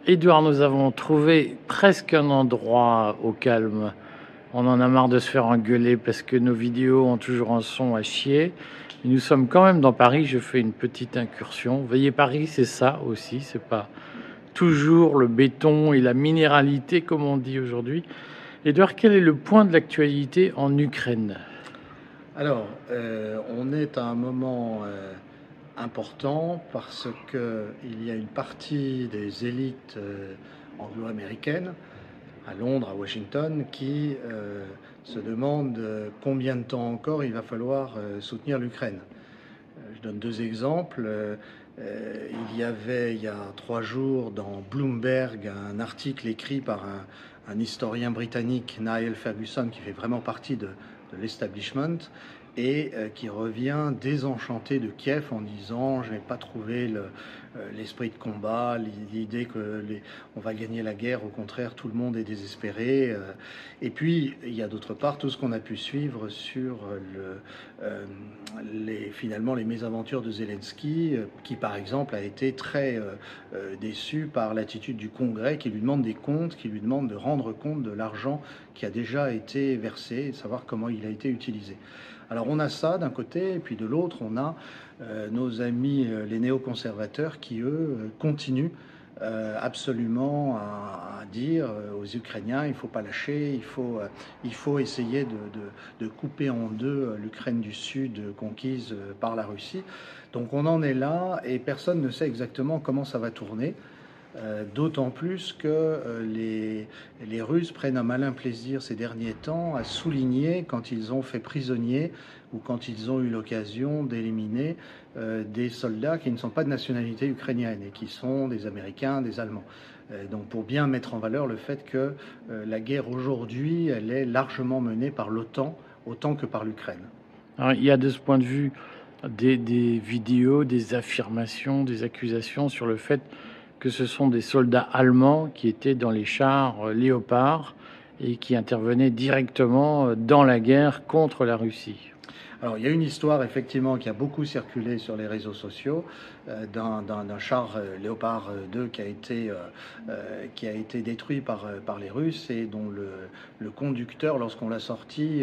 Édouard, nous avons trouvé presque un endroit au calme. On en a marre de se faire engueuler parce que nos vidéos ont toujours un son à chier. Et nous sommes quand même dans Paris. Je fais une petite incursion. Vous voyez, Paris, c'est ça aussi. C'est pas toujours le béton et la minéralité, comme on dit aujourd'hui. Édouard, quel est le point de l'actualité en Ukraine? Alors, on est à un moment important parce qu'il y a une partie des élites anglo-américaines, à Londres, à Washington, qui se demandent combien de temps encore il va falloir soutenir l'Ukraine. Je donne deux exemples. Il y avait, il y a 3 jours, dans Bloomberg, un article écrit par un historien britannique, Niall Ferguson, qui fait vraiment partie de l'establishment, et qui revient désenchanté de Kiev en disant « je n'ai pas trouvé l'esprit de combat, l'idée qu'on va gagner la guerre, au contraire tout le monde est désespéré ». Et puis il y a d'autre part tout ce qu'on a pu suivre sur finalement les mésaventures de Zelensky, qui par exemple a été très déçu par l'attitude du Congrès qui lui demande des comptes, qui lui demande de rendre compte de l'argent qui a déjà été versé et de savoir comment il a été utilisé. Alors on a ça d'un côté, et puis de l'autre on a nos amis les néoconservateurs qui eux continuent absolument à dire aux Ukrainiens il ne faut pas lâcher, il faut essayer de couper en deux l'Ukraine du Sud conquise par la Russie. Donc on en est là et personne ne sait exactement comment ça va tourner. D'autant plus que les Russes prennent un malin plaisir ces derniers temps à souligner quand ils ont fait prisonnier ou quand ils ont eu l'occasion d'éliminer des soldats qui ne sont pas de nationalité ukrainienne et qui sont des Américains, des Allemands. Donc pour bien mettre en valeur le fait que la guerre aujourd'hui, elle est largement menée par l'OTAN, autant que par l'Ukraine. Alors, il y a de ce point de vue des vidéos, des affirmations, des accusations sur le fait que ce sont des soldats allemands qui étaient dans les chars Léopard et qui intervenaient directement dans la guerre contre la Russie. Alors, il y a une histoire effectivement qui a beaucoup circulé sur les réseaux sociaux d'un char Léopard 2 qui a été détruit par les Russes et dont le conducteur, lorsqu'on l'a sorti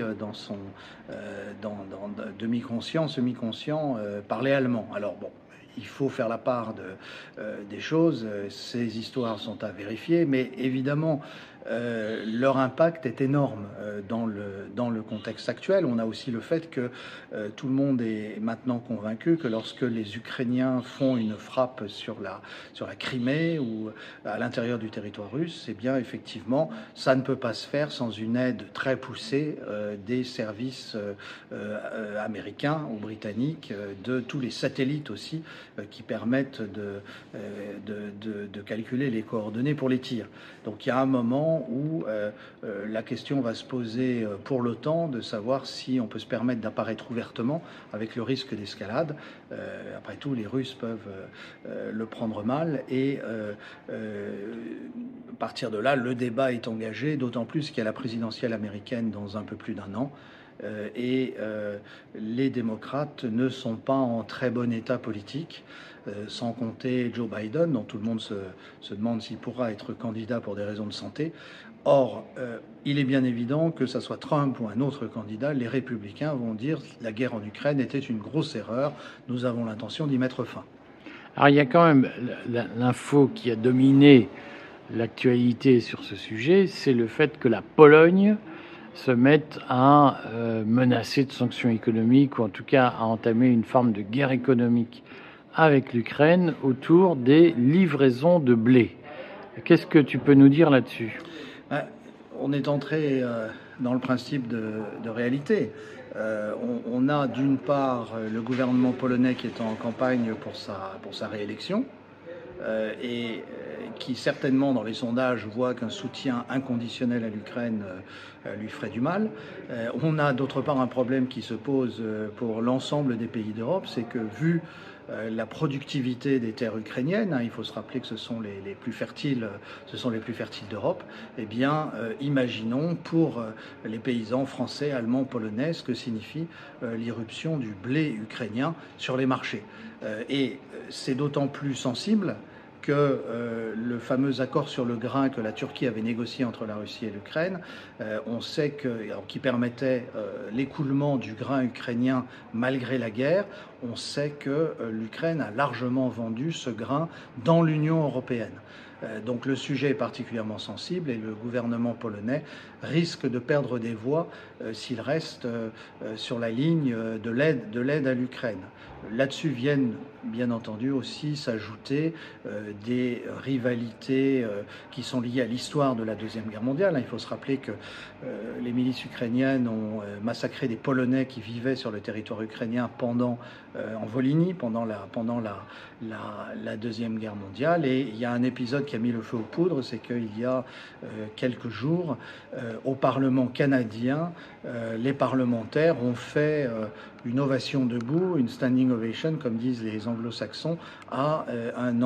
demi-conscient, semi-conscient, parlait allemand. Alors bon, il faut faire la part des choses. Ces histoires sont à vérifier, mais évidemment, leur impact est énorme dans le contexte actuel. On a aussi le fait que tout le monde est maintenant convaincu que lorsque les Ukrainiens font une frappe sur la Crimée ou à l'intérieur du territoire russe, eh bien effectivement, ça ne peut pas se faire sans une aide très poussée des services américains ou britanniques, de tous les satellites aussi qui permettent de calculer les coordonnées pour les tirs. Donc il y a un moment où la question va se poser pour l'OTAN de savoir si on peut se permettre d'apparaître ouvertement avec le risque d'escalade. Après tout, les Russes peuvent le prendre mal et à partir de là, le débat est engagé, d'autant plus qu'il y a la présidentielle américaine dans un peu plus d'1 an. Et les démocrates ne sont pas en très bon état politique, sans compter Joe Biden, dont tout le monde se demande s'il pourra être candidat pour des raisons de santé. Or, il est bien évident que ce soit Trump ou un autre candidat, les républicains vont dire la guerre en Ukraine était une grosse erreur, nous avons l'intention d'y mettre fin. Alors il y a quand même l'info qui a dominé l'actualité sur ce sujet, c'est le fait que la Pologne se mettent à menacer de sanctions économiques ou en tout cas à entamer une forme de guerre économique avec l'Ukraine autour des livraisons de blé. Qu'est-ce que tu peux nous dire là-dessus? On est entré dans le principe de réalité. On a d'une part le gouvernement polonais qui est en campagne pour sa réélection et qui certainement dans les sondages voit qu'un soutien inconditionnel à l'Ukraine lui ferait du mal. On a d'autre part un problème qui se pose pour l'ensemble des pays d'Europe, c'est que vu la productivité des terres ukrainiennes, il faut se rappeler que ce sont les plus fertiles d'Europe, eh bien imaginons pour les paysans français, allemands, polonais ce que signifie l'irruption du blé ukrainien sur les marchés. Et c'est d'autant plus sensible que le fameux accord sur le grain que la Turquie avait négocié entre la Russie et l'Ukraine, on sait qui permettait l'écoulement du grain ukrainien malgré la guerre, on sait que l'Ukraine a largement vendu ce grain dans l'Union européenne. Donc le sujet est particulièrement sensible et le gouvernement polonais risque de perdre des voix s'il reste sur la ligne de l'aide à l'Ukraine. Là-dessus viennent bien entendu aussi s'ajouter des rivalités qui sont liées à l'histoire de la Deuxième Guerre mondiale. Il faut se rappeler que les milices ukrainiennes ont massacré des Polonais qui vivaient sur le territoire ukrainien en Volhynie pendant la Deuxième Guerre mondiale. Et il y a un épisode qui a mis le feu aux poudres, c'est qu'il y a quelques jours, au Parlement canadien, les parlementaires ont fait une ovation debout, une standing ovation, comme disent les anglo-saxons, à un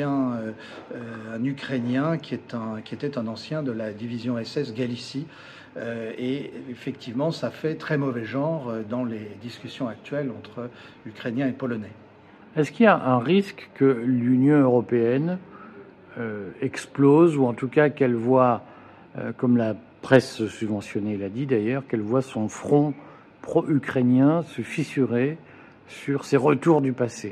Ukrainien qui était un ancien de la division SS Galicie. Et effectivement, ça fait très mauvais genre dans les discussions actuelles entre Ukrainiens et Polonais. Est-ce qu'il y a un risque que l'Union européenne explose, ou en tout cas qu'elle voit, comme la presse subventionnée l'a dit d'ailleurs, qu'elle voit son front pro-ukrainien se fissurer sur ses retours du passé?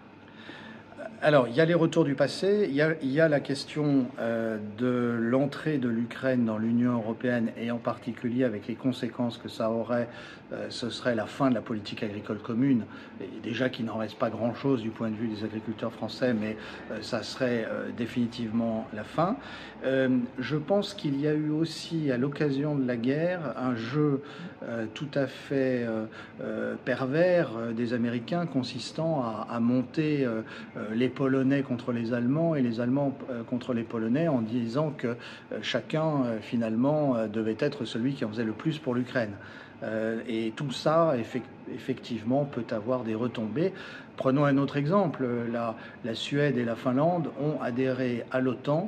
Alors, il y a les retours du passé, il y a la question de l'entrée de l'Ukraine dans l'Union européenne, et en particulier avec les conséquences que ça aurait, ce serait la fin de la politique agricole commune, et déjà qu'il n'en reste pas grand-chose du point de vue des agriculteurs français, mais ça serait définitivement la fin. Je pense qu'il y a eu aussi, à l'occasion de la guerre, un jeu tout à fait pervers des Américains consistant à monter les Polonais contre les Allemands et les Allemands contre les Polonais, en disant que chacun finalement devait être celui qui en faisait le plus pour l'Ukraine. Et tout ça, effectivement, peut avoir des retombées. Prenons un autre exemple. La Suède et la Finlande ont adhéré à l'OTAN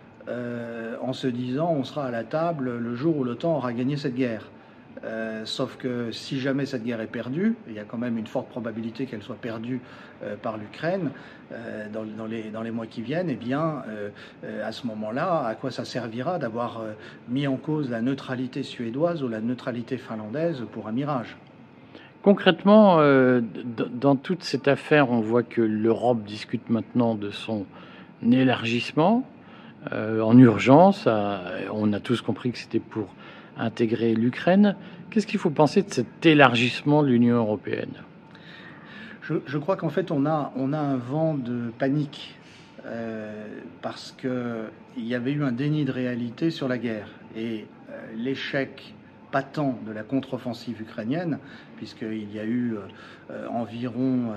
en se disant on sera à la table le jour où l'OTAN aura gagné cette guerre. Sauf que si jamais cette guerre est perdue, il y a quand même une forte probabilité qu'elle soit perdue par l'Ukraine dans les mois qui viennent, eh bien, à ce moment-là, à quoi ça servira d'avoir mis en cause la neutralité suédoise ou la neutralité finlandaise pour un mirage? Concrètement, dans toute cette affaire, on voit que l'Europe discute maintenant de son élargissement en urgence. On a tous compris que c'était pour intégrer l'Ukraine. Qu'est-ce qu'il faut penser de cet élargissement de l'Union européenne? Je crois qu'en fait, on a un vent de panique parce qu'il y avait eu un déni de réalité sur la guerre. Et l'échec patent de la contre-offensive ukrainienne, puisqu'il y a eu environ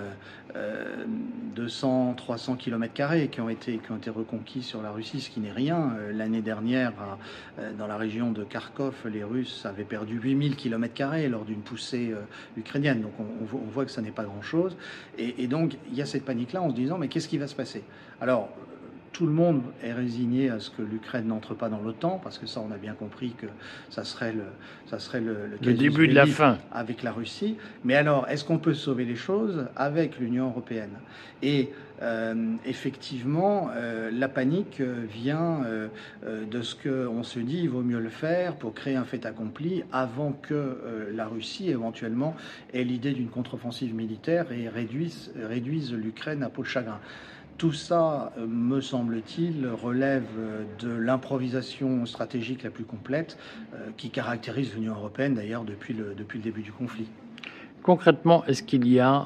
200-300 km² qui ont été reconquis sur la Russie, ce qui n'est rien. L'année dernière, dans la région de Kharkov, les Russes avaient perdu 8000 km² lors d'une poussée ukrainienne. Donc on voit que ça n'est pas grand-chose. Et donc il y a cette panique-là en se disant, mais qu'est-ce qui va se passer? Alors, tout le monde est résigné à ce que l'Ukraine n'entre pas dans l'OTAN, parce que ça, on a bien compris que ça serait le début de la fin avec la Russie. Mais alors, est-ce qu'on peut sauver les choses avec l'Union européenne? Et effectivement, la panique vient de ce qu'on se dit, il vaut mieux le faire pour créer un fait accompli avant que la Russie, éventuellement, ait l'idée d'une contre-offensive militaire et réduise l'Ukraine à peau de chagrin. Tout ça, me semble-t-il, relève de l'improvisation stratégique la plus complète qui caractérise l'Union européenne, d'ailleurs, depuis le début du conflit. Concrètement, est-ce qu'il y a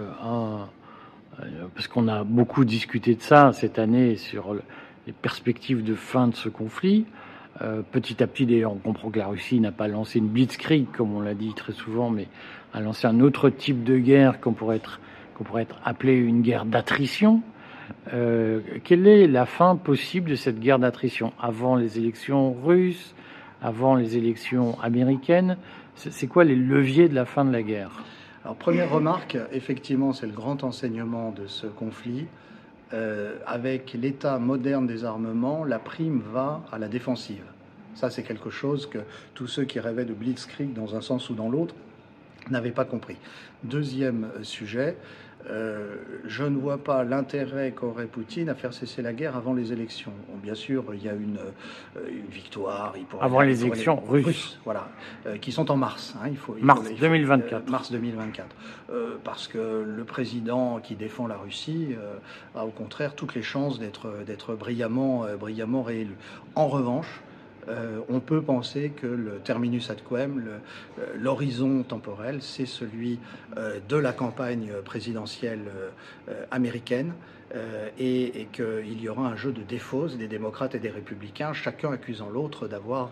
parce qu'on a beaucoup discuté de ça cette année sur les perspectives de fin de ce conflit, petit à petit, d'ailleurs, on comprend que la Russie n'a pas lancé une blitzkrieg, comme on l'a dit très souvent, mais a lancé un autre type de guerre qu'on pourrait être appelé une guerre d'attrition. Quelle est la fin possible de cette guerre d'attrition? Avant les élections russes, avant les élections américaines, c'est quoi les leviers de la fin de la guerre? Alors, première remarque, effectivement, c'est le grand enseignement de ce conflit. Avec l'état moderne des armements, la prime va à la défensive. Ça, c'est quelque chose que tous ceux qui rêvaient de blitzkrieg dans un sens ou dans l'autre n'avaient pas compris. Deuxième sujet, je ne vois pas l'intérêt qu'aurait Poutine à faire cesser la guerre avant les élections. Bon, bien sûr, il y a une victoire. Avant les élections russes. Voilà, qui sont en mars. Hein, mars 2024. Mars 2024. Parce que le président qui défend la Russie a au contraire toutes les chances d'être brillamment réélu. En revanche, on peut penser que le terminus ad quem, l'horizon temporel, c'est celui de la campagne présidentielle américaine et qu'il y aura un jeu de défausse des démocrates et des républicains, chacun accusant l'autre d'avoir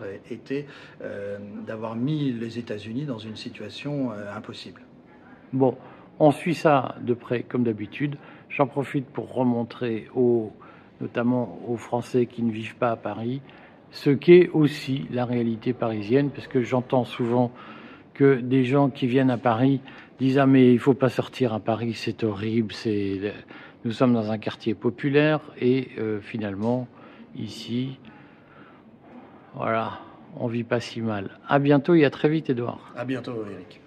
mis les États-Unis dans une situation impossible. Bon, on suit ça de près comme d'habitude. J'en profite pour remontrer notamment aux Français qui ne vivent pas à Paris, ce qu'est aussi la réalité parisienne, parce que j'entends souvent que des gens qui viennent à Paris disent « Ah mais il faut pas sortir à Paris, c'est horrible, nous sommes dans un quartier populaire » et finalement, ici, voilà, on vit pas si mal. À bientôt et à très vite, Édouard. À bientôt, Eric.